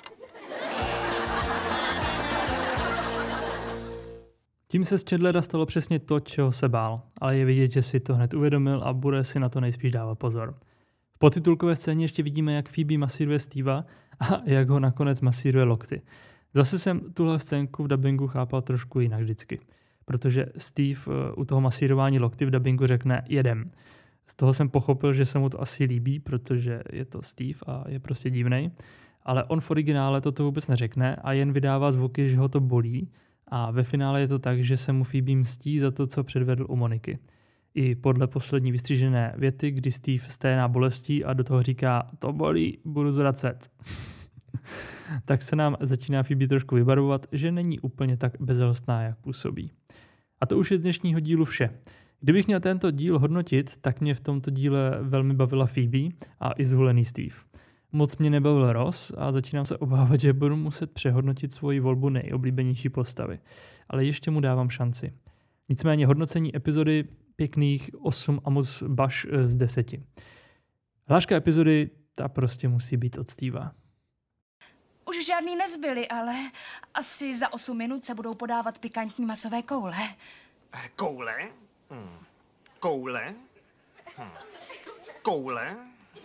Tím se z Chandlera stalo přesně to, čeho se bál, ale je vidět, že si to hned uvědomil a bude si na to nejspíš dávat pozor. V podtitulkové scéně ještě vidíme, jak Phoebe masíruje Steva a jak ho nakonec masíruje lokty. Zase jsem tuhle scénku v dabingu chápal trošku jinak vždycky, protože Steve u toho masírování lokty v dabingu řekne jedem. Z toho jsem pochopil, že se mu to asi líbí, protože je to Steve a je prostě divnej, ale on v originále toto vůbec neřekne a jen vydává zvuky, že ho to bolí a ve finále je to tak, že se mu Phoebe mstí za to, co předvedl u Moniky. I podle poslední vystřížené věty, kdy Steve sténá bolestí a do toho říká to bolí, budu zvracet. Tak se nám začíná Phoebe trošku vybarvovat, že není úplně tak bezhlstná, jak působí. A to už je z dnešního dílu vše. Kdybych měl tento díl hodnotit, tak mě v tomto díle velmi bavila Phoebe a i zhulený Steve. Moc mě nebavil Ross a začínám se obávat, že budu muset přehodnotit svoji volbu nejoblíbenější postavy. Ale ještě mu dávám šanci. Nicméně hodnocení epizody pěkných osm a moc baš z deseti. Hláška epizody, ta prostě musí být od Steva. Už žádný nezbyly, ale asi za osm minut se budou podávat pikantní masové koule. Koule? Hmm. Koule? Hmm. Koule?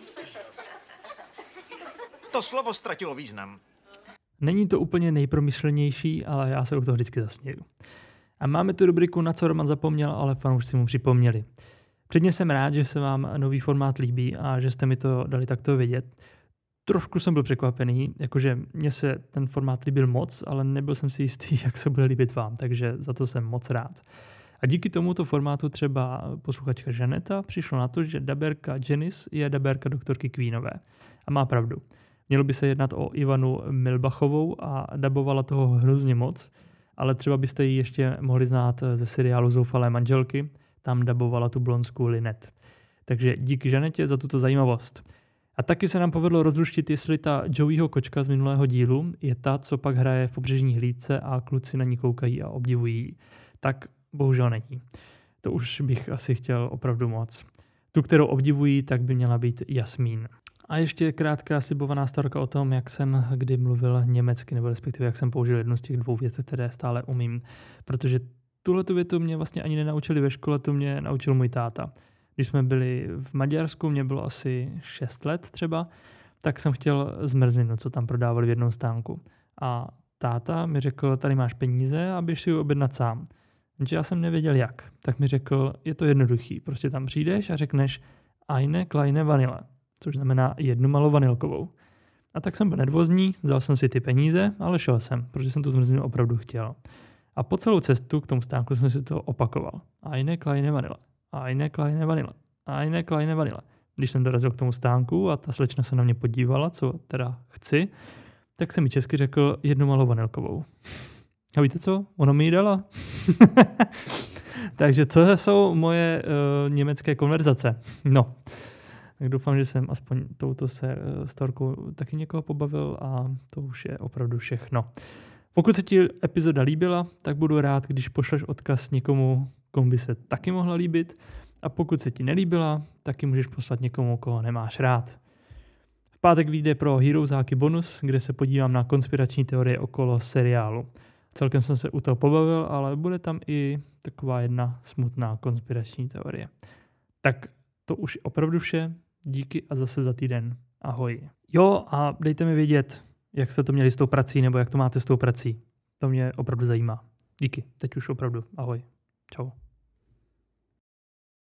To slovo ztratilo význam. Není to úplně nejpromyšlenější, ale já se u toho vždycky zasměju. A máme tu rubriku Na co Roman zapomněl, ale fanoušci mu připomněli. Předně jsem rád, že se vám nový formát líbí a že jste mi to dali takto vědět. Trošku jsem byl překvapený, jakože mně se ten formát líbil moc, ale nebyl jsem si jistý, jak se bude líbit vám, takže za to jsem moc rád. A díky tomuto formátu třeba posluchačka Žaneta přišla na to, že daberka Janice je daberka doktorky Queenové. A má pravdu. Mělo by se jednat o Ivanu Milbachovou a dabovala toho hrozně moc, ale třeba byste ji ještě mohli znát ze seriálu Zoufalé manželky, tam dabovala tu blondskou Lynette. Takže díky Žanetě za tuto zajímavost. A taky se nám povedlo rozluštit, jestli ta Joeyho kočka z minulého dílu je ta, co pak hraje v Pobřežní hlídce a kluci na ní koukají a obdivují ji. Tak bohužel není. To už bych asi chtěl opravdu moc. Tu, kterou obdivují, tak by měla být Jasmín. A ještě krátká slibovaná storka o tom, jak jsem kdy mluvil německy, nebo respektive jak jsem použil jednu z těch dvou vět, které stále umím. Protože tuhletu větu mě vlastně ani nenaučili ve škole, to mě naučil můj táta. Když jsme byli v Maďarsku, mě bylo asi šest let třeba, tak jsem chtěl zmrzlinu, co tam prodávali v jednom stánku. A táta mi řekl, tady máš peníze a běž si ji objednat sám. Jenže já jsem nevěděl jak. Tak mi řekl, je to jednoduchý. Prostě tam přijdeš a řekneš eine kleine vanille, což znamená jednu malou vanilkovou. A tak jsem byl nervózní, vzal jsem si ty peníze, ale šel jsem, protože jsem tu zmrzlinu opravdu chtěl. A po celou cestu k tomu stánku jsem si to opakoval. Eine kleine vanille, eine kleine vanille, eine kleine vanille. Když jsem dorazil k tomu stánku a ta slečna se na mě podívala, co teda chci, tak jsem mi česky řekl jednu malou vanilkovou. A víte co? Ona mi ji dala. Takže to jsou moje uh, německé konverzace. No. Tak doufám, že jsem aspoň touto se uh, storkou taky někoho pobavil a to už je opravdu všechno. Pokud se ti epizoda líbila, tak budu rád, když pošleš odkaz někomu, komu by se taky mohla líbit. A pokud se ti nelíbila, taky můžeš poslat někomu, koho nemáš rád. V pátek vyjde pro Heroesáky bonus, kde se podívám na konspirační teorie okolo seriálu. Celkem jsem se u toho pobavil, ale bude tam i taková jedna smutná konspirační teorie. Tak to už je opravdu vše. Díky a zase za týden. Ahoj. Jo, a dejte mi vědět, jak jste to měli s tou prací, nebo jak to máte s tou prací. To mě opravdu zajímá. Díky. Teď už opravdu. Ahoj. Čau.